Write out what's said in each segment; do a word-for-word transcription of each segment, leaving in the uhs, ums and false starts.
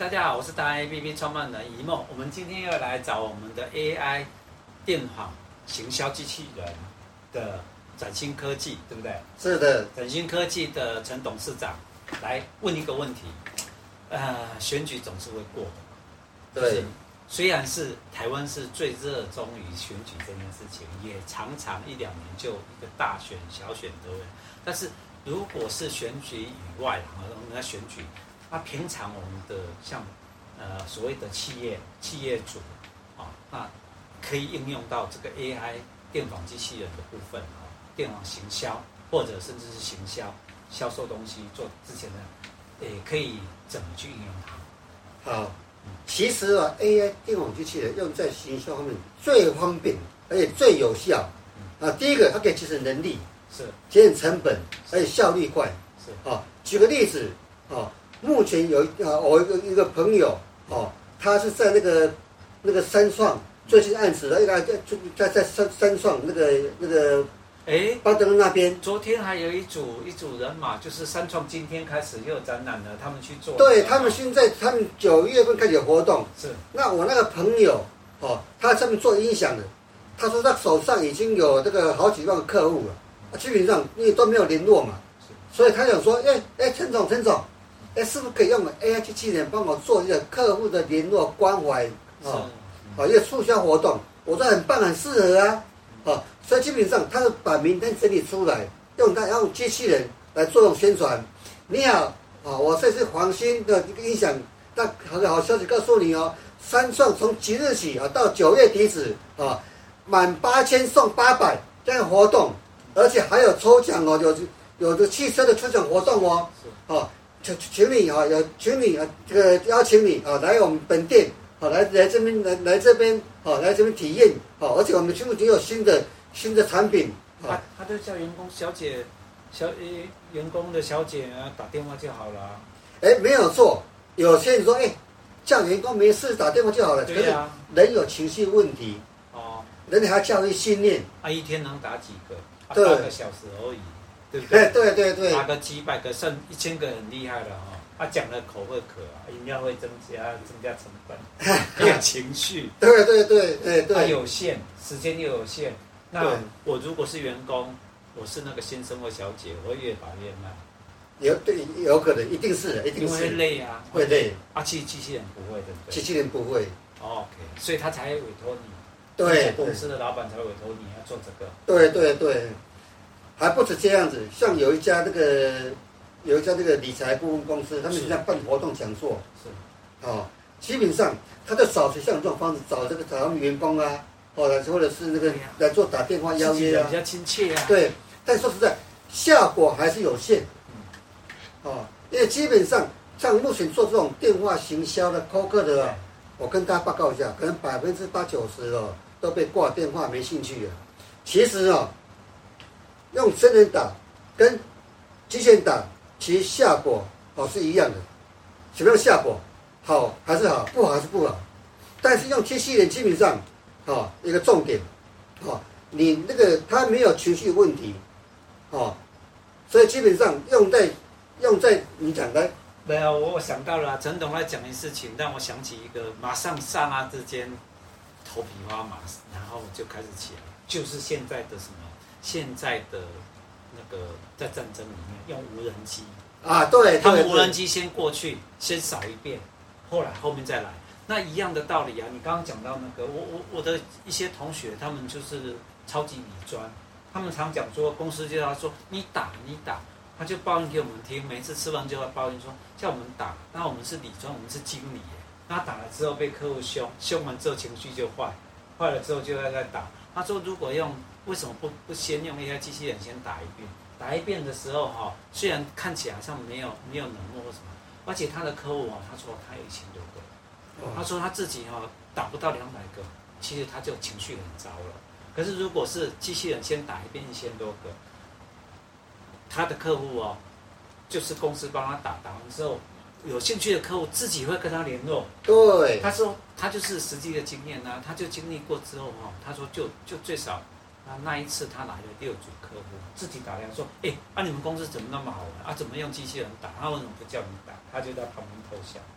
大家好，我是大 A P P 创办人一梦。我们今天要来找我们的 A I 电访行销机器人的展新科技，对不对？ 是的， 展新科技的陈董事长来问一个问题。呃，选举总是会过的， 对。 虽然是台湾是最热衷于选举这件事情，也常常一两年就一个大选、小选都有。但是如果是选举以外，啊，我们要选举。那平常我们的像呃所谓的企业企业主啊，那可以应用到这个 A I 电访机器人的部分啊，电访行销或者甚至是行销销售东西做之前呢，也可以怎么去应用它？ 好，其实啊 ，A I 电访机器人用在行销方面最方便，而且最有效。啊，第一个它可以节省人力， 是节省成本，而且效率快。 是啊，举个例子啊。目前有啊，我一个一个朋友哦，他是在那个那个三创最近案子的，一个在在三三创那个那个， 哎， 巴德那边。 昨天还有一组一组人马，就是三创今天开始又有展览了，他们去做。 对他们现在，他们九月份开始有活动。 是。 那我那个朋友哦，他上面做音响的，他说他手上已经有这个好几万个客户了，基本上因为都没有联络嘛，所以他想说，哎哎，陈总陈总。哎，是不是可以用 A I 机器人帮我做一个客户的联络关怀啊？啊，一个促销活动，我说很棒，很适合啊！啊，所以基本上他是把名单整理出来，用它用机器人来做用宣传。你好，啊，我这是黄鑫的一个音响，那好个好消息告诉你哦，三创从即日起啊到九月底止啊，满八千送八百这样的活动，而且还有抽奖哦，有有的汽车的抽奖活动哦，啊。请请你啊，有请你啊，这个邀请你啊，来我们本店，好来来这边来来这边，好来这边体验，好，而且我们全部都有新的新的产品。 他他就叫员工小姐，小呃员工的小姐啊打电话就好了。 哎，没有错，有些人说，哎，叫员工没事打电话就好了。 对呀、啊。 人有情绪问题，哦，人还要教育训练。 啊，一天能打几个？啊， 对， 八个小时而已。对不对？ 对对对， 打个几百个，剩一千个很厉害了哈、哦。他、啊、讲的口会渴啊，饮料会增加增加成本，还有情绪。 对对对对对。 它有限，时间又有限。那我如果是员工，我是那个先生或小姐，我会越打越慢。 有对，有可能，一定是的，一定是。 因为累啊， 会累。 啊，机机器人不会，对不对？ 机器人不会。 OK， 所以他才委托你。 对。 公司的老板才委托你要做这个。 对对对。还不止这样子，像有一家这个有一家这个理财顾问公司，他们现在办活动讲座，是，哦，基本上他就找像这种方式找这个找他们员工啊，或者或者是那个来做打电话邀约啊， 比较亲切啊。 对，但说实在，效果还是有限，哦，因为基本上像目前做这种电话行销的扣客的、啊，我跟大家报告一下，可能百分之八九十哦都被挂电话没兴趣了。其实哦。用真人打跟机器人打，其实效果哦是一样的。什么样的效果？好还是好，不好还是不好。但是用机器人基本上，哦一个重点，哦你那个它没有情绪问题，哦，所以基本上用在用在你讲的。 没有，我想到了陈董来讲的事情，让我想起一个，马上刹那之间头皮发麻，然后就开始起来，就是现在的什么？现在的那个在战争里面用无人机啊，对， 他们无人机先过去，先扫一遍，后来后面再来，那一样的道理啊。你刚刚讲到那个，我我我的一些同学，他们就是超级理专，他们常讲说，公司就要说你打你打，他就抱怨给我们听，每次吃完就要抱怨说叫我们打，那我们是理专，我们是经理耶，那打了之后被客户凶，凶完之后情绪就坏，坏了之后就要再打。他说如果用为什么不不先用 A I 机器人先打一遍？打一遍的时候哈，虽然看起来好像没有没有冷漠或什么，而且他的客户啊，他说他有一千多个，他说他自己哈打不到两百个，其实他就情绪很糟了。可是如果是机器人先打一遍一千多个，他的客户哦，就是公司帮他打，打完之后有兴趣的客户自己会跟他联络。 对， 他说他就是实际的经验啊，他就经历过之后哈，他说就就最少。那那一次他来了六组客户，自己打电话说：“哎、欸，啊你们公司怎么那么好玩啊？怎么用机器人打？他为什么不叫你打？”他就在旁边偷笑。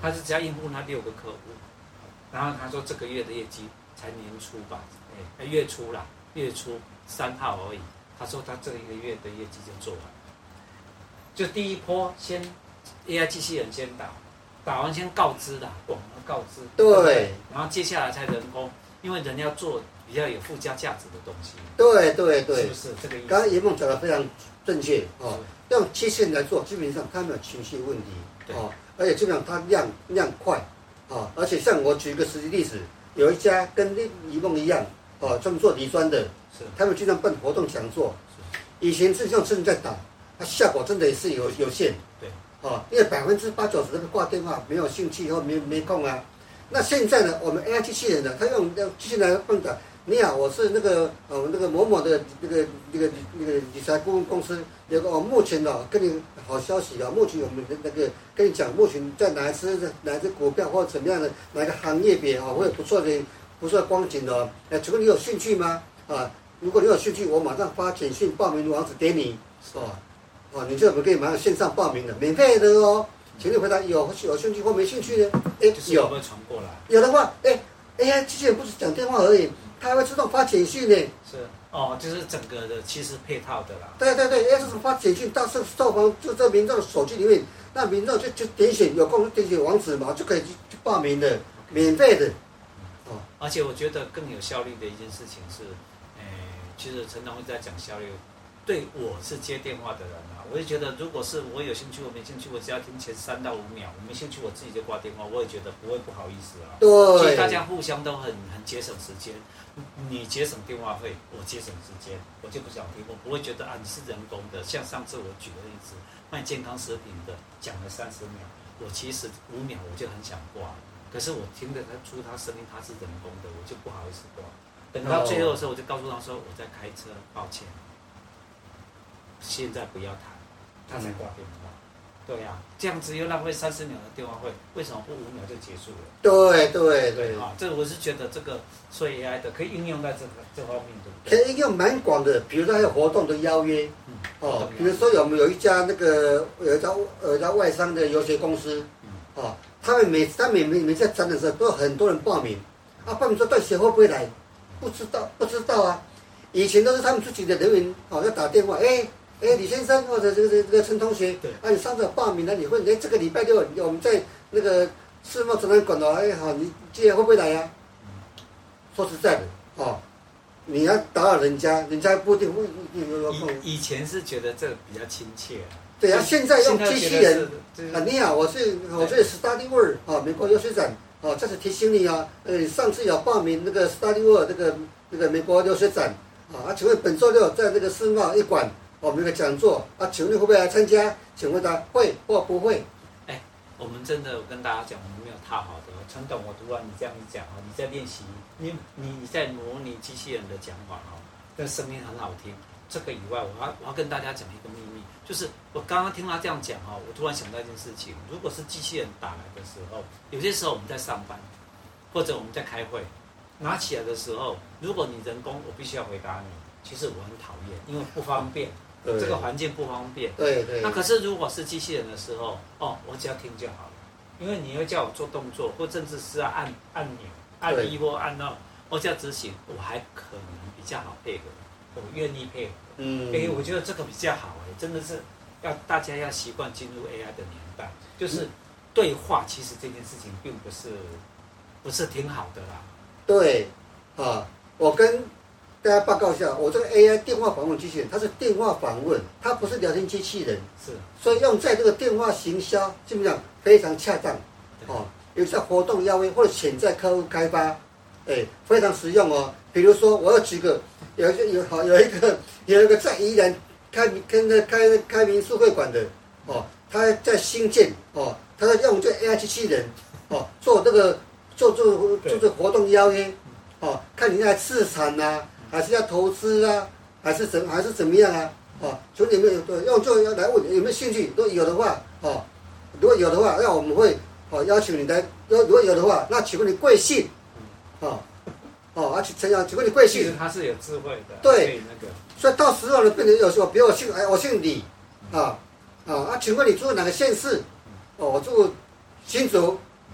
他是只要应付那六个客户，然后他说这个月的业绩才年初吧，哎，月初啦，月初三号而已。他说他这一个月的业绩就做完，就第一波先 A I 机器人先打，打完先告知啦，广而告知， 对， 对不对，然后接下来才人工，因为人要做比较有附加价值的东西。 对对对， 是不是这个意思？ 刚刚叶梦讲的非常正确哦。用机器人来做，基本上它没有情绪问题哦，而且基本上它量量快啊、哦，而且像我举一个实际例子，有一家跟叶梦一样哦，专门做理专的， 是他们经常办活动讲座，以前是用真人在打，它效果真的也是有有限， 对， 哦，因为百分之八九十都挂电话，没有兴趣或没没空啊。那现在呢，我们 A I 机器人呢，它用用机器人来帮打。你好，我是那个呃那个某某的那个那个那个理财顾问公司，有个哦，目前哦跟你好消息啊，目前我们的那个跟你讲，目前在哪一支哪一支股票或者怎么样的哪个行业别啊，会有不错的不错的光景的哦。哎，请问你有兴趣吗？啊，如果你有兴趣，我马上发简讯报名网址给你哦，哦，你就可以马上线上报名了，免费的哦。请你回答有有兴趣或没兴趣呢？哎， 有有没有传过来？ 有的话，哎 ，A I 机器人不是讲电话而已。它还会自动发简讯呢， 是哦，就是整个的其实配套的啦。 对对对，要是发简讯到受受访就在民众的手机里面，那民众就就点选有空就点选网址嘛，就可以去去报名的，免费的。 哦，而且我觉得更有效率的一件事情是，诶，其实陈总会在讲效率，对我是接电话的人啊，我也觉得如果是我有兴趣，我没兴趣，我只要听前三到五秒，我没兴趣，我自己就挂电话，我也觉得不会不好意思啊。 对， 其实大家互相都很很节省时间。你节省电话费，我节省时间，我就不想听，我不会觉得啊你是人工的。像上次我举的例子，卖健康食品的讲了三十秒，我其实五秒我就很想挂，可是我听得他出他声音他是人工的，我就不好意思挂。等到最后的时候，我就告诉他说我在开车，抱歉，现在不要谈，他才挂电话。对呀、啊，这样子又浪费三十秒的电话费，为什么不五秒就结束了？ 对对对， 啊，这个我是觉得这个做 A I 的可以应用在这个这方面，对不对？ 对？ 可以应用蛮广的，比如说还有活动的邀约，嗯、哦，比如说有没有一家那个有一家有一家外商的游学公司，嗯、哦，他们每他每每每在展览的时候都有很多人报名，啊，报名说到时候会不会来？不知道不知道啊，以前都是他们自己的人员哦要打电话，哎。哎，李先生或者这个这个陈同学，啊，你上次有报名了，你会哎，这个礼拜六我们在那个世贸展览馆哦，哎好，你今天会不会来呀、啊？说实在的，哦，你要打扰人家，人家不一定会有空。 以以前是觉得这个比较亲切、啊， 对啊，现在用机器人啊，你好，我是我是 Study World 啊，美国游学展啊，再次提醒你啊，呃，上次有报名那个 Study World 这个那个美国游学展啊，请问本周六在那个世贸一馆。我们有个讲座啊，请问你会不会来参加？请问他会或不会？ 哎，我们真的我跟大家讲，我们没有套好的。陈董，我读完你这样一讲哦，你在练习，你你你在模拟机器人的讲法哦，那声音很好听。这个以外，我要我要跟大家讲一个秘密，就是我刚刚听他这样讲哈，我突然想到一件事情：如果是机器人打来的时候，有些时候我们在上班，或者我们在开会，拿起来的时候，如果你人工，我必须要回答你，其实我很讨厌，因为不方便。这个环境不方便， 对对。 那可是如果是机器人的时候，哦，我只要听就好了，因为你会叫我做动作，或甚至是要按按钮，按一或按二，我只要执行，我还可能比较好配合，我愿意配合。嗯，哎，我觉得这个比较好哎，真的是要大家要习惯进入 A I 的年代，就是对话，其实这件事情并不是不是挺好的啦。 对，啊，我跟大家报告一下，我这个 A I 电话访问机器人，它是电话访问，它不是聊天机器人， 是， 所以用在这个电话行销基本上非常恰当，哦，有些活动邀约或者潜在客户开发，哎，非常实用哦。比如说，我要举个，有一个有好有一个有一个在宜兰开跟那开开民宿会馆的，哦，他在新建，哦，他在用这 A I 机器人，哦，做这个做做做这个活动邀约，哦，看你在市场呐、啊。还是要投资啊，还是怎还是怎么样啊？哦，所以你们有用就要来问有没有兴趣，如果有的话，哦，如果有的话，那我们会哦邀请你来。如果有的话，那请问你贵姓？哦哦，而且陈阳，请问你贵姓？ 其实他是有智慧的， 对那个， 所以到时候呢，变成有时候，比如我姓哎，我姓李，啊啊啊，请问你住哪个县市？哦，我住新竹。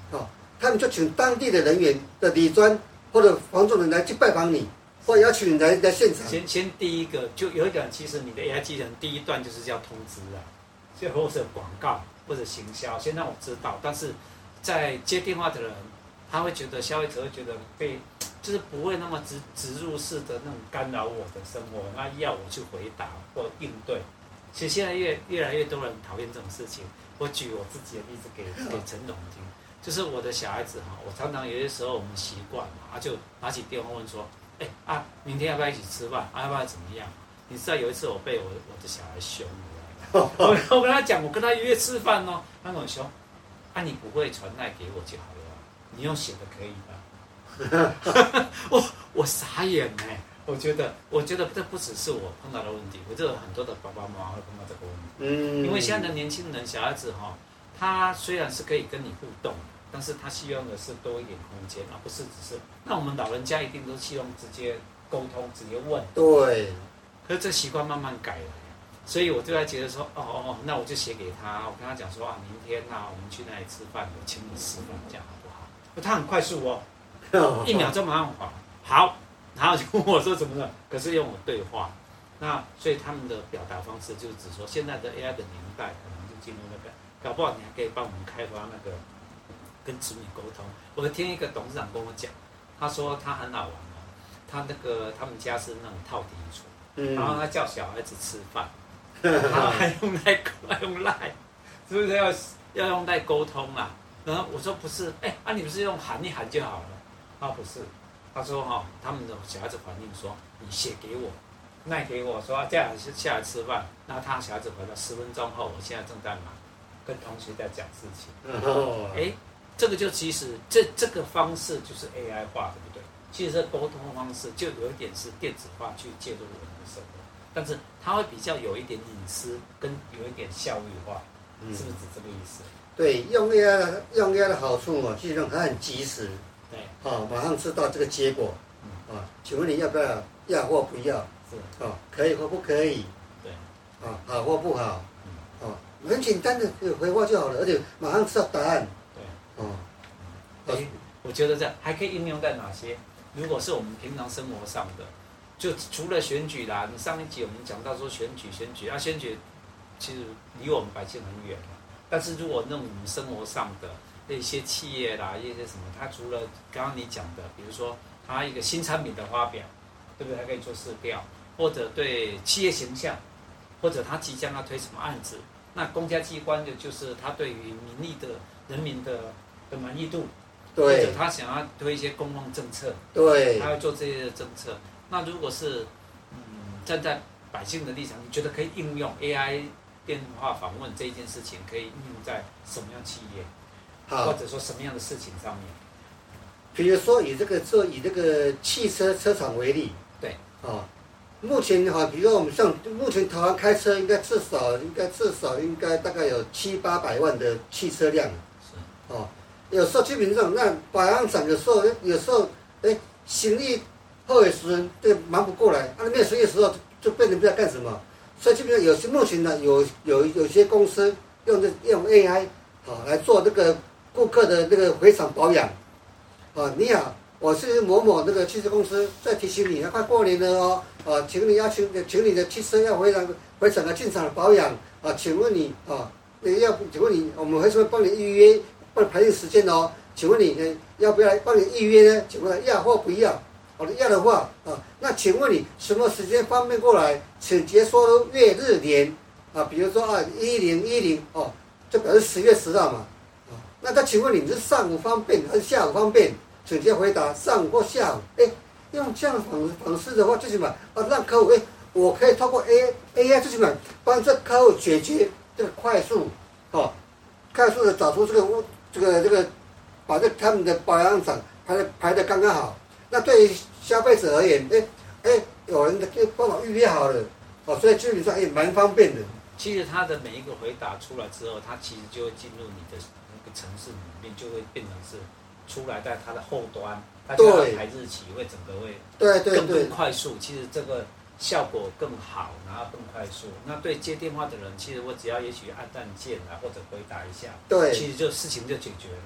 哦，他们就请当地的人员的理专或者房仲人来去拜访你，或邀请你来来现场。 先先第一个就有一点，其实你的 A I 机器人第一段就是叫通知啊，就或者广告或者行销，先让我知道。但是在接电话的人，他会觉得消费者会觉得被，就是不会那么植植入式的那种干扰我的生活，那要我去回答或应对。其实现在越越来越多人讨厌这种事情。我举我自己的例子给给陈总听，就是我的小孩子哈，我常常有些时候我们习惯嘛，他就拿起电话问说，哎啊，明天要不要一起吃饭？啊，要不要怎么样？你知道有一次我被我我的小孩凶了，我我跟他讲，我跟他约吃饭哦，他跟我凶，啊你不会传赖给我就好了，你用写的可以吧？我我傻眼哎。我觉得，我觉得这不只是我碰到的问题，我觉得很多的爸爸妈妈会碰到这个问题。嗯，因为现在的年轻人、小孩子哈，他虽然是可以跟你互动，但是他希望的是多一点空间，而不是只是。那我们老人家一定都希望直接沟通、直接问。 对。 可是这习惯慢慢改了，所以我就在觉得说，哦哦哦，那我就写给他，我跟他讲说啊，明天啊，我们去那里吃饭，我请你吃饭，这样好不好？他很快速哦，一秒钟马上回，好。然后就问我说怎么了？可是用我对话，那所以他们的表达方式就是指说，现在的 A I 的年代可能就进入那个，搞不好你还可以帮我们开发那个跟子女沟通。我听一个董事长跟我讲，他说他很好玩哦，他那个他们家是那种套底厨，嗯、然后他叫小孩子吃饭，然后还用赖还用赖，是不是要要用赖沟通啊？然后我说不是，哎啊你不是用喊一喊就好了？他说不是。他说哈、哦，他们的小孩子反映说，你写给我，赖给我说这样下来吃饭。那他小孩子回来十分钟后，我现在正在忙，跟同学在讲事情。哦，哎，这个就其实这这个方式就是 A I 化，对不对？其实这沟通方式就有一点是电子化去介入我们的生活，但是它会比较有一点隐私，跟有一点效率化，嗯、是不是指这个意思？ 对，用 A I 用 A I 的好处哦，基本上它很及时。 对， 好、哦，马上知道这个结果。嗯、啊，请问你要不要？要或不要？ 是。 哦，可以或不可以？ 对。 啊，好或不好？嗯。哦，很简单的回话就好了，而且马上知道答案。 对。哦。哎，我觉得这样还可以应用在哪些？如果是我们平常生活上的，就除了选举啦，你上一集我们讲到说选举选举啊，选举其实离我们百姓很远嘛。但是如果那种生活上的，一些企业啦，一些什么，它除了刚刚你讲的，比如说它一个新产品的发表，对不对？它可以做市调，或者对企业形象，或者它即将要推什么案子，那公家机关的就是它对于民意的人民的的满意度， 对， 或者他想要推一些公共政策， 对， 他要做这些政策。那如果是嗯站在百姓的立场，你觉得可以应用 A I 电话访问这一件事情，可以应用在什么样企业？或者说什么样的事情上面？ 比如说以这个做以这个汽车车厂为例， 对， 啊，目前哈，比如说我们像目前台湾开车应该至少应该至少应该大概有七八百万的汽车辆，是，哦，有时候基本上那保养厂有时候有时候哎，行李后尾时这个忙不过来，啊，没有生意的时候就变成不知道干什么，所以基本上有些目前呢有有有些公司用这用 A I 好来做这个。顾客的那个回厂保养，啊，你好，我是某某那个汽车公司，在提醒你，快过年了哦，啊，请你要请，请你的汽车要回厂回厂的进厂保养，啊，请问你啊，要请问你，我们会说帮你预约，帮你排定时间哦，请问你要不要来帮你预约呢？请问要或不要？好的，要的话啊，那请问你什么时间方便过来？请节说月日年，啊，比如说啊一零一零哦，就表示十月十号嘛。那他请问你是上午方便还是下午方便？请直接回答上午或下午。哎，用这样的方方式的话，最起码啊让客户哎，我可以透过 A A I 最起码帮这客户解决这个快速，哦，快速的找出这个这个这个，把这他们的保养厂排的排的刚刚好。那对于消费者而言，哎哎，有人可以帮我预约好了，哦，所以基本上也蛮方便的。 其实他的每一个回答出来之后，他其实就会进入你的城市里面，就会变成是出来在它的后端，它就要排日期会整个会对对更更快速。其实这个效果更好，然后更快速。那对接电话的人，其实我只要也许按按键啊，或者回答一下， 对， 其实就事情就解决了。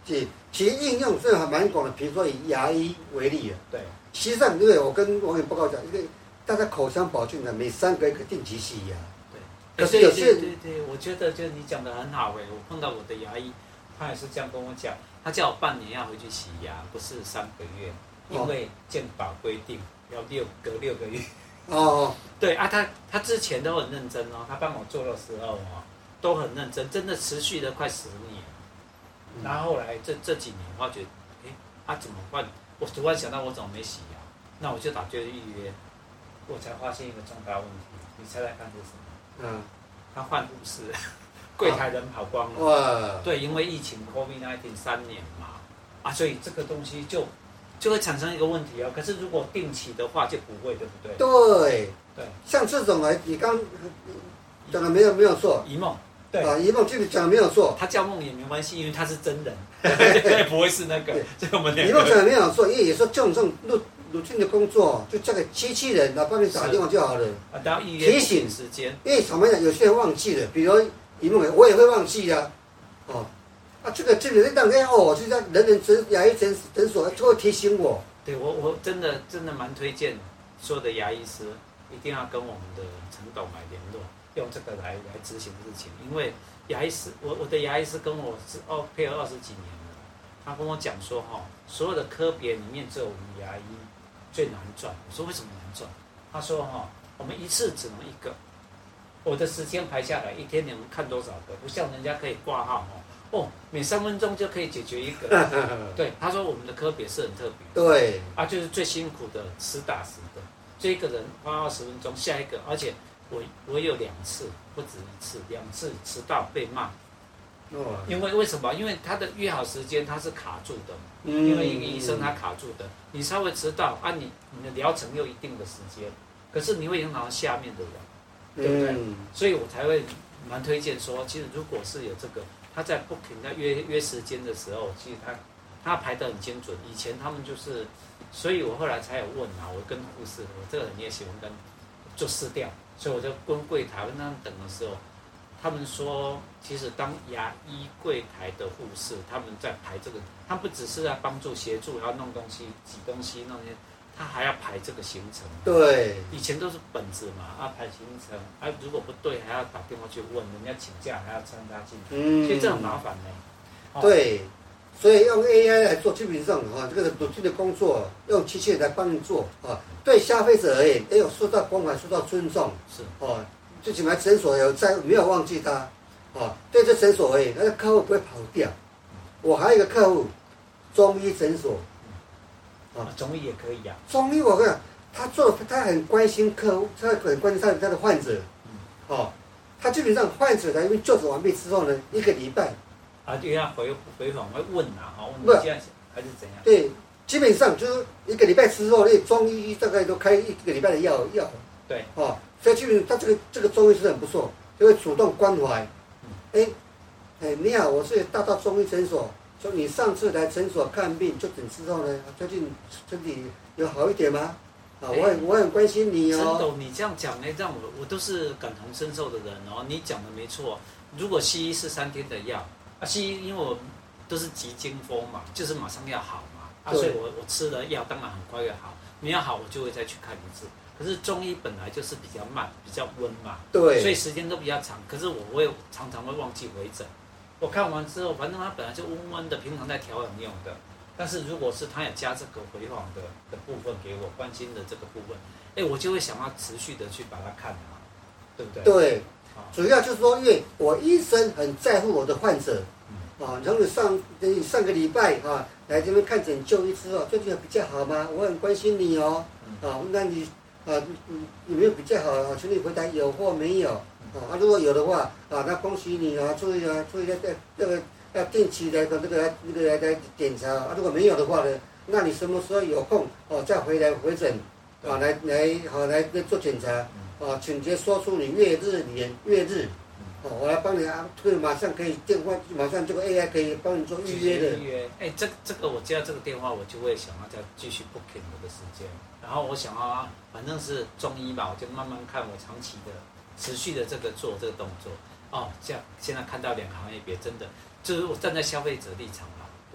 其其实应用是还蛮广的，比如说以牙医为例啊， 对， 实际上，因为我跟网友报告讲，一个大家口腔保健的每三个月可定期洗牙。 对， 可是有些对对对，我觉得就你讲的很好哎，我碰到我的牙医，他也是这样跟我讲，他叫我半年要回去洗牙，不是三个月，因为健保规定要六隔六个月。 哦， 对啊，他他之前都很认真哦，他帮我做的时候哦，都很认真，真的持续了快十年。嗯、然后后来这这几年，我发觉，哎，啊怎么办？我突然想到我怎么没洗牙，那我就打电话预约，我才发现一个重大问题，你猜猜看是什么？嗯，他换护士，柜台人跑光了。哇！对，因为疫情 COVID 十九 三年嘛，啊，所以这个东西就就会产生一个问题哦。可是如果定期的话就不会，对不对？ 对对， 像这种啊，你刚讲的没有没有错， 一梦。对啊，一梦这个讲的没有错， 他叫梦也没关系，因为他是真人，对，不会是那个。这个我们一梦讲的没有错，因为有时候这种这种路路径的工作，就交给机器人来帮你打电话就好了。 啊，都要预约提醒时间。 因为坦白讲，有些人忘记了，比如一梦，我也会忘记啊。哦，啊，这个这个让人哦，就像人人诊牙医诊诊所就会提醒我。 对我我真的真的蛮推荐所有的牙医师一定要跟我们的陈董来联络。用这个来来执行事情，因为牙医师，我我的牙医师跟我是哦配合二十几年了，他跟我讲说哈、哦，所有的科别里面只有我们牙医最难赚。我说为什么难赚？他说哈、哦，我们一次只能一个，我的时间排下来，一天你们看多少个？不像人家可以挂号哦，哦，每三分钟就可以解决一个。对，他说我们的科别是很特别。 对， 啊，就是最辛苦的实打实的，这一个人花二十分钟，下一个，而且。我我有两次，不止一次，两次迟到被骂。哦。因为为什么？因为他的约好时间他是卡住的，嗯、因为一个医生他卡住的，你稍微迟到，啊你你的疗程又一定的时间，可是你会影响到下面的人，对不对？嗯、所以我才会蛮推荐说，其实如果是有这个，他在 booking 在约约时间的时候，其实他他排得很精准。以前他们就是，所以我后来才有问啊，我跟护士，我这个人也喜欢跟做试调。所以我就跟柜台那等的时候，他们说，其实当牙医柜台的护士，他们在排这个，他不只是在帮助协助，要弄东西、挤东西那些，他还要排这个行程。 对， 以前都是本子嘛，啊排行程，啊如果不对还要打电话去问人家请假，还要参加进去，嗯，所以这很麻烦呢。 哦、对。所以用 A I 来做，基本上啊，这个鲁迅的工作用机器人来帮你做啊，对消费者而言，也有受到关怀、受到尊重，是哦。最起码诊所有在没有忘记他，啊，对这诊所而言，那个客户不会跑掉。我还有一个客户，中医诊所， 啊，中医也可以啊。 中医我跟你讲，他做他很关心客户，他很关心他的他的患者，哦，他基本上患者来因为就诊完毕之后呢，一个礼拜。 啊，就要回回访会问啊，哈，问你现在还是怎样？ 对，基本上就是一个礼拜之后，那中医大概都开一个礼拜的药药。 对， 哦，所以基本他这个这个中医师很不错，就会主动关怀。哎、嗯，哎，你好，我是大道中医诊所，说你上次来诊所看病就诊之后呢，最近身体有好一点吗？啊，我很我很关心你哦。 陈董，你这样讲呢，让我我都是感同身受的人哦。你讲的没错，如果西医是三天的药。啊，西医因为我都是急惊风嘛，就是马上要好嘛，啊，所以我我吃了药当然很快要好，你要好我就会再去看一次。可是中医本来就是比较慢，比较温嘛， 对， 所以时间都比较长。可是我会常常会忘记回诊，我看完之后，反正它本来就温温的，平常在调养用的。但是如果是他有加这个回访的的部分给我关心的这个部分，哎，我就会想要持续的去把它看好，对不对？ 对。主要就是说，因为我医生很在乎我的患者，啊，然后你上你上个礼拜啊来这边看诊就医之后，最近有比较好吗？我很关心你哦，啊，那你啊有没有比较好啊？请你回答有或没有啊？如果有的话啊，那恭喜你啊，注意啊，注意要这个要定期来这个那个来来检查啊。如果没有的话呢，那你什么时候有空哦再回来回诊啊来来好来做检查。啊，请直接说出你月日年月日，哦，我来帮你啊，这个马上可以电话，马上这个 A I 可以帮你做预约的。 预约，哎，这这个我接到这个电话，我就会想要再继续 booking 我的时间，然后我想要反正是中医吧，我就慢慢看我长期的、持续的这个做这个动作。哦，这样现在看到两个行业别真的，就是我站在消费者立场啦，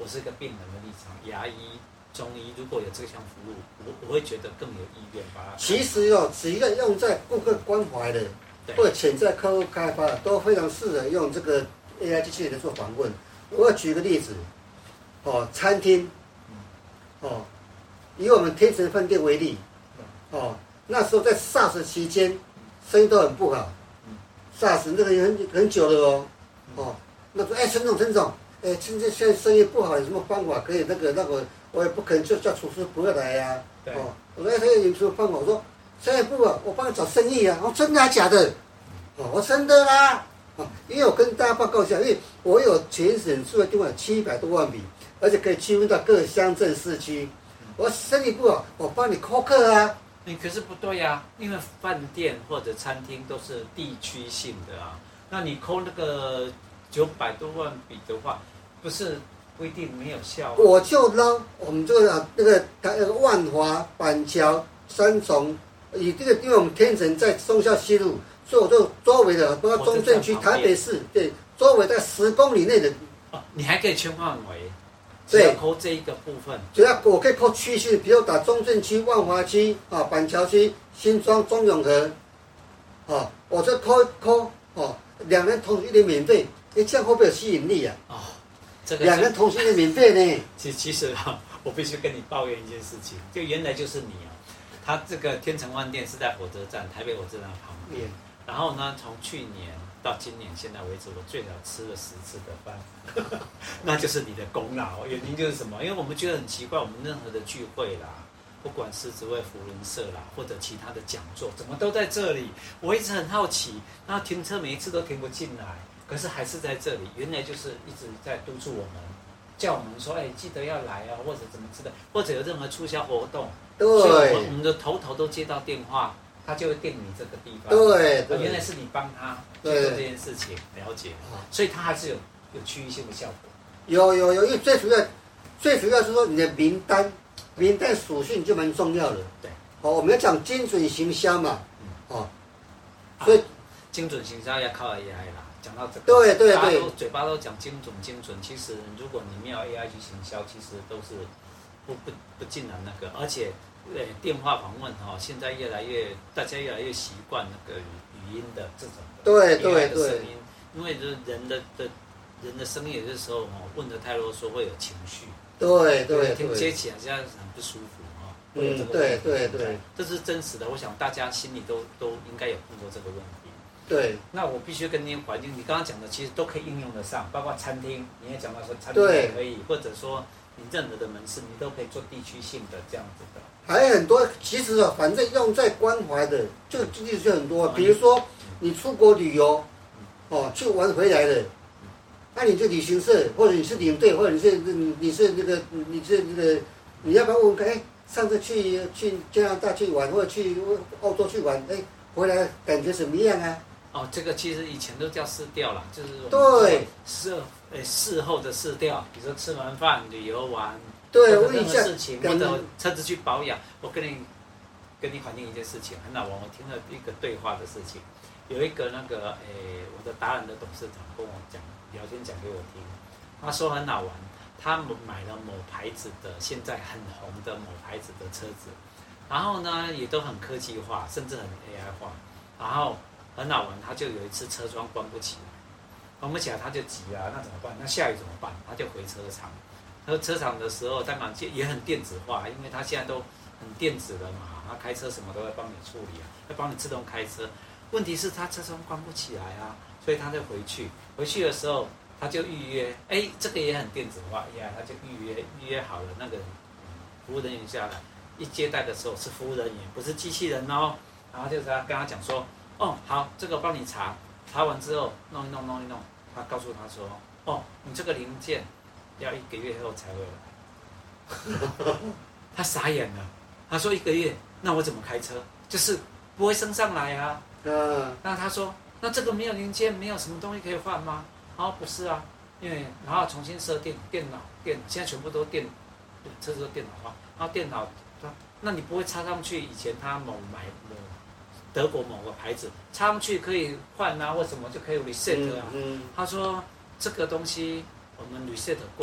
我是一个病人的立场，牙医、中医如果有这项服务，我我会觉得更有意愿把它。 其实哦，只要用在顾客关怀的，或者潜在客户开发的，都非常适合用这个 A I 机器人来做访问。我要举个例子，哦，餐厅，哦，以我们天成饭店为例，哦，那时候在 SARS 期间，生意都很不好。SARS 那个也很很久了哦，哦，那说哎，陈总，陈总，哎，现在现在生意不好，有什么方法可以那个那个？我也不可能就叫厨师不要来呀、啊。哦，我说哎，他有什么方法？我说生意不好，我帮你找生意啊。我说真的还假的？哦，我真的啦。哦，因为我跟大家报告一下，因为我有全省数的电话七百多万笔，而且可以区分到各乡镇市区。我说生意不好，我帮你扣客啊。 你可是不对呀、啊，因为饭店或者餐厅都是地区性的啊，那你扣那个九百多万笔的话，不是不一定没有效、啊。 我就捞我们这个那个那个万华、板桥、三重，以这个因为我们天成在忠孝西路，所以我就周围的包括中正区、台北市，对，周围在十公里内的。 哦，你还可以圈范围。 对， 扣这一个部分， 主要我可以扣区域，比如打中正区、万华区啊、板桥区、新庄、中永和，啊，我这扣扣哦，两人同时一年免费，哎，这样会不会有吸引力啊？ 哦，这个两人同时一年免费呢？ 其其实啊，我必须跟你抱怨一件事情，就原来就是你啊，他这个天成饭店是在火车站，台北火车站旁边，嗯、然后呢，从去年到今年现在为止，我最少吃了十次的饭，那就是你的功劳。原因就是什么？因为我们觉得很奇怪，我们任何的聚会啦，不管是职位福人社啦，或者其他的讲座，怎么都在这里？我一直很好奇，然后停车每一次都停不进来，可是还是在这里。原来就是一直在督促我们，叫我们说，哎，记得要来啊，或者怎么之类，或者有任何促销活动， 对， 所以我们的头头都接到电话。他就会定你这个地方， 对，对， 原来是你帮他去做这件事情，了解，所以他还是有有区域性的效果。 有有有，因为最主要，最主要是说你的名单，名单属性就蛮重要的。 对， 好，我们要讲精准行销嘛，哦，所以、啊、 精准行销要靠 A I 啦。讲到这个， 对对对， 大家都嘴巴都讲精准精准，其实如果你没有 A I 去行销，其实都是不不不尽然那个，而且。对电话访问哈，现在越来越大家越来越习惯那个语音的这种对对对声音，因为人的的人的声音有些时候哦问的太啰嗦会有情绪， 对对对， 接起来这样很不舒服哈。 嗯，对对对， 这是真实的，我想大家心里都都应该有碰过这个问题。 对， 那我必须跟那些环境，你刚刚讲的其实都可以应用得上，包括餐厅，你也讲到说餐厅也可以，或者说你任何的门市，你都可以做地区性的这样子的。 还有很多，其实啊，反正用在关怀的，这个例子就很多。比如说，你出国旅游，哦，去玩回来了，那你就旅行社，或者你是领队，或者你是你是那个你是那个，你要不要问看？哎，上次去去加拿大去玩，或者去澳洲去玩，哎，回来感觉怎么样啊？ 哦，这个其实以前都叫试调啦，就是对事呃事后的试调，比如说吃完饭旅游完。 对， 问一下事情，或者车子去保养，我跟你跟你反映一件事情，很好玩。我听了一个对话的事情，有一个那个诶，我的达人的董事长跟我讲，聊天讲给我听，他说很好玩，他买了某牌子的现在很红的某牌子的车子，然后呢也都很科技化，甚至很 A I 化，然后很好玩，他就有一次车窗关不起来，关不起来他就急了，那怎么办？那下雨怎么办？他就回车厂。和车厂的时候，当然也很电子化，因为他现在都很电子了嘛，他开车什么都会帮你处理啊，会帮你自动开车。问题是他车窗关不起来啊，所以他就回去。回去的时候他就预约，哎，这个也很电子化呀，他就预约预约好了那个、嗯、服务人员下来，一接待的时候是服务人员，不是机器人哦。然后就他跟他讲说，哦，好，这个我帮你查，查完之后弄一弄弄一弄，他告诉他说，哦，你这个零件。要一个月后才会来，他傻眼了。他说一个月，那我怎么开车？就是不会升上来啊。嗯。那他说，那这个没有零件，没有什么东西可以换吗？哦，不是啊，因为然后重新设定电脑，电现在全部都电，车子都电脑化。然后电脑，那你不会插上去？以前他某买某德国某个牌子插上去可以换啊，或什么就可以 reset 啊。嗯嗯、他说这个东西。我们 reset 过了，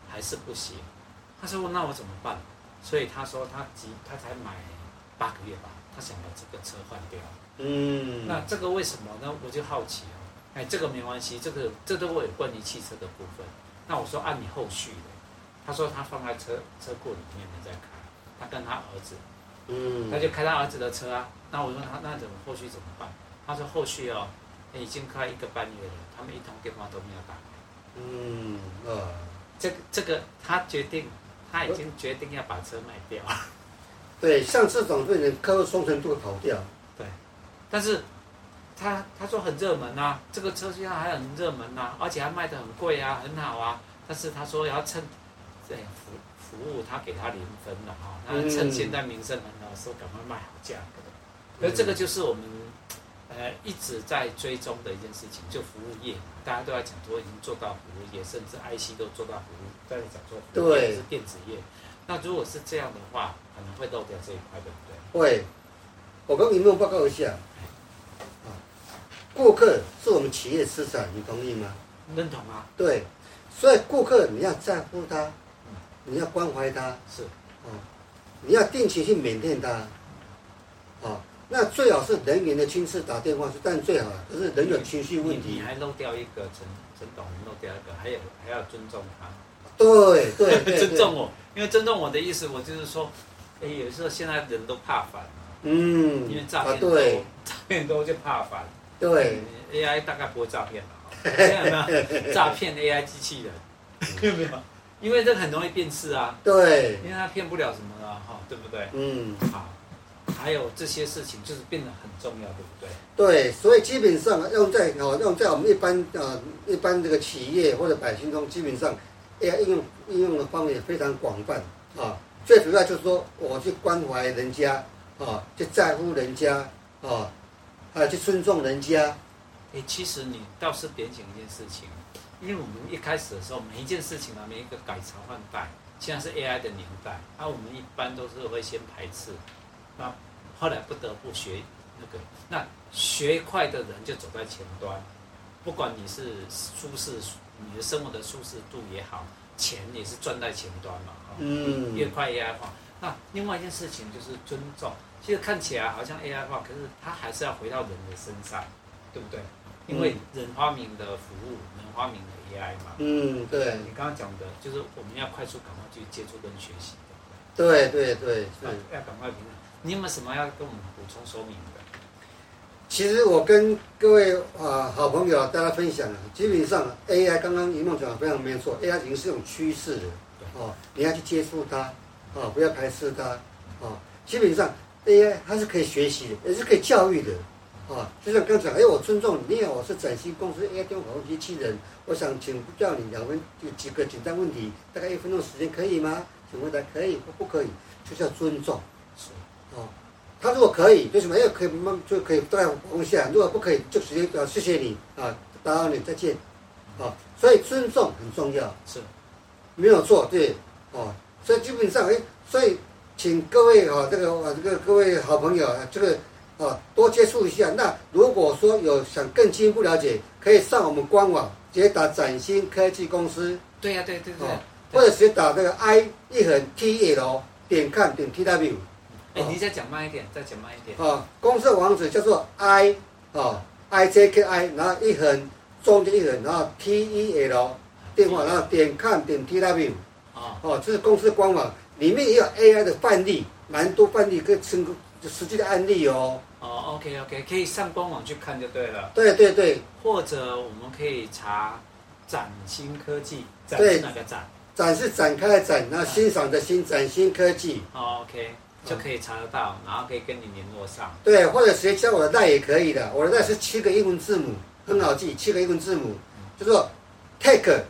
还是不行。他说那我怎么办？所以他说他急，他才买八个月吧，他想把这个车换掉。嗯，那这个为什么呢？我就好奇哦。哎，这个没关系，这个这都有关于汽车的部分。那我说按、啊、你后续的，他说他放在车车库里面没在开，他跟他儿子，嗯，他就开他儿子的车啊。那我说他那怎么后续怎么办？他说后续哦，已经开一个半月了，他们一通电话都没有打来。嗯，呃，这个这个他决定。他已经决定要把车卖掉。 对，像这种对人客户忠诚度跑掉。 对，但是他他说很热门啊，这个车现在还很热门啊，而且还卖得很贵啊，很好啊。但是他说要趁，对服服务他给他零分了哈、哦，他趁现在名声很好的时候赶快卖好价格。而、嗯、这个就是我们呃一直在追踪的一件事情，就服务业，大家都在讲说已经做到服务业，甚至 I C 都做到服务。在讲说服务业是电子业，那如果是这样的话，可能会漏掉这一块，对不对？ 会，我跟你们报告一下，啊，顾客是我们企业资产，你同意吗？ 认同啊。 对，所以顾客你要在乎他，你要关怀他， 是， 哦，你要定期去缅甸他，啊，那最好是人员的亲自打电话，但最好可是人有情绪问题。 你还漏掉一个陈陈董，漏掉一个，还有还要尊重他。 对对对， 尊重我，因为尊重我的意思，我就是说，哎，有时候现在人都怕烦，嗯，因为诈骗多，诈骗多就怕烦。 对 ，A I 大概不会诈骗了，现在有没有诈骗 A I 机器人？有没有？因为这很容易辨识啊。 对， 因为它骗不了什么了哈，对不对？嗯，好，还有这些事情就是变得很重要，对不对？ 对，所以基本上用在哦，用在我们一般呃一般这个企业或者百姓中，基本上。A I 应用应用的方面也非常广泛啊，最主要就是说我去关怀人家啊，去在乎人家啊，还有去尊重人家。 哎，其实你倒是点醒一件事情，因为我们一开始的时候，每一件事情啊，每一个改朝换代，现在是 A I 的年代，那、啊、我们一般都是会先排斥，那后来不得不学那个，那学快的人就走在前端，不管你是舒适。你的生活的舒适度也好，钱也是赚在前端嘛，嗯，越快 A I 化。那另外一件事情就是尊重，其实看起来好像 A I 化，可是它还是要回到人的身上，对不对？因为人发明的服务，人发明的 A I 嘛。嗯，对。你刚刚讲的就是我们要快速赶快去接触跟学习， 对对对， 要要赶快平衡。你有没有什么要跟我们补充说明的？ 其实我跟各位啊好朋友大家分享了，基本上 A I 刚刚一梦讲的非常没有错 ，A I 已经是一种趋势了，哦，你要去接触它，哦，不要排斥它，哦，基本上 A I 它是可以学习的，也是可以教育的，啊，就像刚才，哎，我尊重你，因为我是展新公司 A I 电话访问机器人，我想请教你两分就几个简单问题，大概一分钟时间可以吗？请回答可以或不可以，就叫尊重，是，哦。他如果可以，为什么？哎，可以，就可以再往下；如果不可以，就直接啊，谢谢你啊，打扰你，再见，啊，所以尊重很重要， 是， 没有错，对，哦，所以基本上，哎，所以请各位啊，这个啊，这个各位好朋友啊，这个啊，多接触一下。那如果说有想更进一步了解，可以上我们官网，直接打展新科技公司， 对呀、啊，对对对， 哦、或者直接打那个 I 一横 T L 点 com 点 T W。 哎，你再讲慢一点，再讲慢一点。 啊，公司网址叫做 I 啊 I J K I， 然后一横中间一横，然后 T E L 电话，然后点 com 点 T W。啊，哦，这是公司官网，里面也有 A I 的范例，蛮多范例跟成实际的案例哦。 哦 ，OK OK， 可以上官网去看就对了。 对对对。或者我们可以查展新科技，展是哪个展？ 展是展开的展，然后欣赏的欣，展新科技。 哦 ，OK。就可以查得到，然后可以跟你联络上。 对，或者直接加我的赖也可以的。我的赖是七个英文字母，很好记，七个英文字母，叫做 tech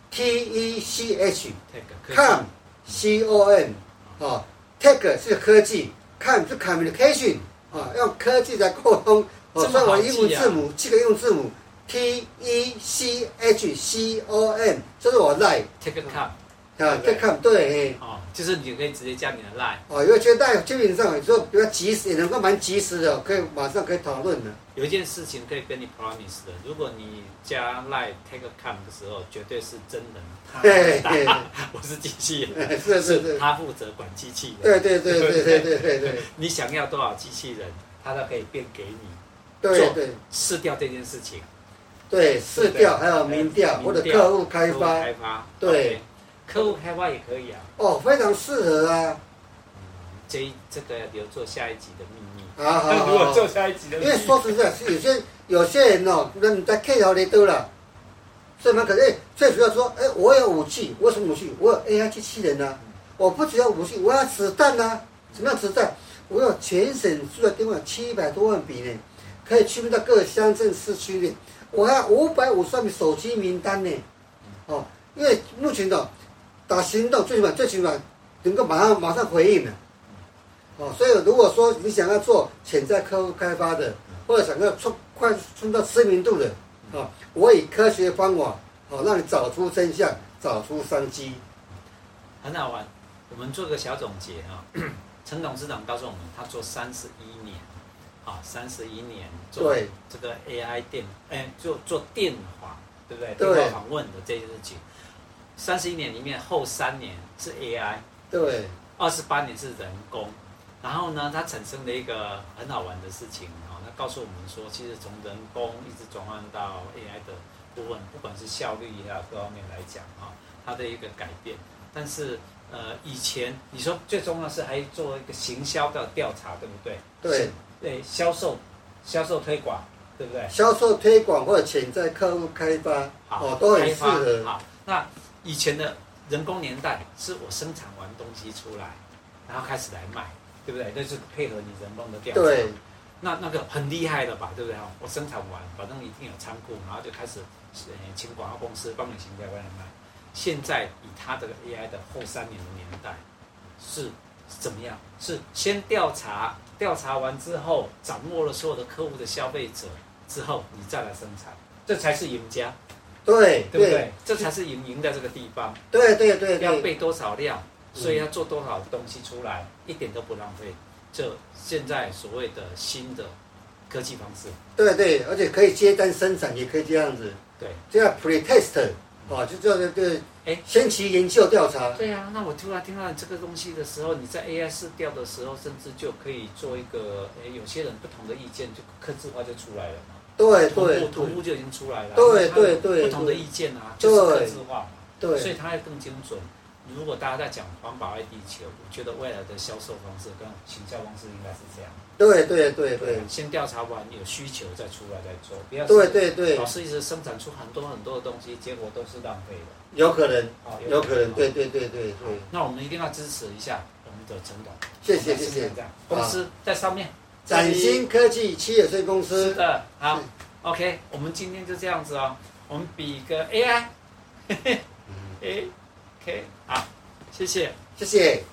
T E C H com C O M 啊 ，tech 是科技 ，com 是 communication 啊，用科技来沟通。哦，所以我的英文字母七个英文字母 T E C H C O M， 这是我的赖。 tech com 啊，再看对， 哦，就是你可以直接加你的 line。 哦，因为现在基本上有时候比较及时，也能够蛮及时的，可以马上可以讨论的。 有一件事情可以跟你 promise 的，如果你加 line take a cam 的时候，绝对是真人， 对对， 我是机器人， 是是是， 他负责管机器人。 对对对对对对对对， 你想要多少机器人，他都可以变给你。 对对， 试调这件事情。 对，试调还有民调或者客户开发， 开发对。 客户开发也可以啊， 哦，非常适合啊。 嗯，这这个留作下一集的秘密。 好好好， 如果做下一集的秘密， 因为说实在，是有些有些人哦，人在 K 条里多了，所以蛮可能。哎，最主要说，哎，我有武器，我有什么武器？我有 A I 机器人啊，我不只有武器，我要子弹啊。什么样子弹？我有全省住的电话七百多万笔呢，可以区分到各个乡镇市区呢。我还有五百五十万笔手机名单呢。哦，因为目前的。打行动最起码最起码能够马上马上回应的，哦，所以如果说你想要做潜在客户开发的，或者想要创快创造知名度的，啊，我以科学方法，哦，让你找出真相，找出商机， 很好玩。我们做个小总结啊，陈董事长告诉我们，他做三十一年，啊，三十一年做这个 A I 电，哎，做做电话，对不对？电话访问的这件事情。三十一年里面，后三年是 A I， 对， 二十八年是人工，然后呢，它产生了一个很好玩的事情啊，它告诉我们说，其实从人工一直转换到 A I 的部分，不管是效率啊各方面来讲啊，它的一个改变。但是呃，以前你说最重要是还做一个行销的调查，对不对？ 对， 对，销售、销售推广，对不对？ 销售推广或者潜在客户开发，哦，都很适合。 好，那。以前的人工年代是我生产完东西出来，然后开始来卖，对不对？那是配合你人工的调查。 对。 那那个很厉害的吧，对不对？我生产完，反正一定有仓库，然后就开始呃请广告公司帮你行销，帮你卖。现在以它这个 A I 的后三年的年代，是怎么样？是先调查，调查完之后，掌握了所有的客户的消费者之后，你再来生产，这才是赢家。 对， 对不对？这才是赢赢在这个地方。 对对对对， 要备多少量，所以要做多少东西出来，一点都不浪费。这现在所谓的新的科技方式。 对对，而且可以接单生产，也可以这样子。 对， 这样 pre-test 啊，就叫对，哎，先期研究调查。 对啊，那我突然听到这个东西的时候，你在 A I 试调的时候，甚至就可以做一个，哎，有些人不同的意见，就客制化就出来了嘛。 对对， 图谱就已经出来了。 对对对， 不同的意见啊，就是客制化嘛。 对， 所以它会更精准。如果大家在讲环保爱地球，我觉得未来的销售方式跟行销方式应该是这样。 对对对对， 先调查完有需求再出来再做，不要对对对， 老是一直生产出很多很多的东西，结果都是浪费的。 有可能，有可能，对对对对对。 那我们一定要支持一下我们的陈董。 谢谢谢谢。 公司在上面。 崭新科技企业有限公司。 是的，好。OK， 我们今天就这样子哦，我们比个 A I， 嘿嘿，哎 ，OK， 好，谢谢， 谢谢。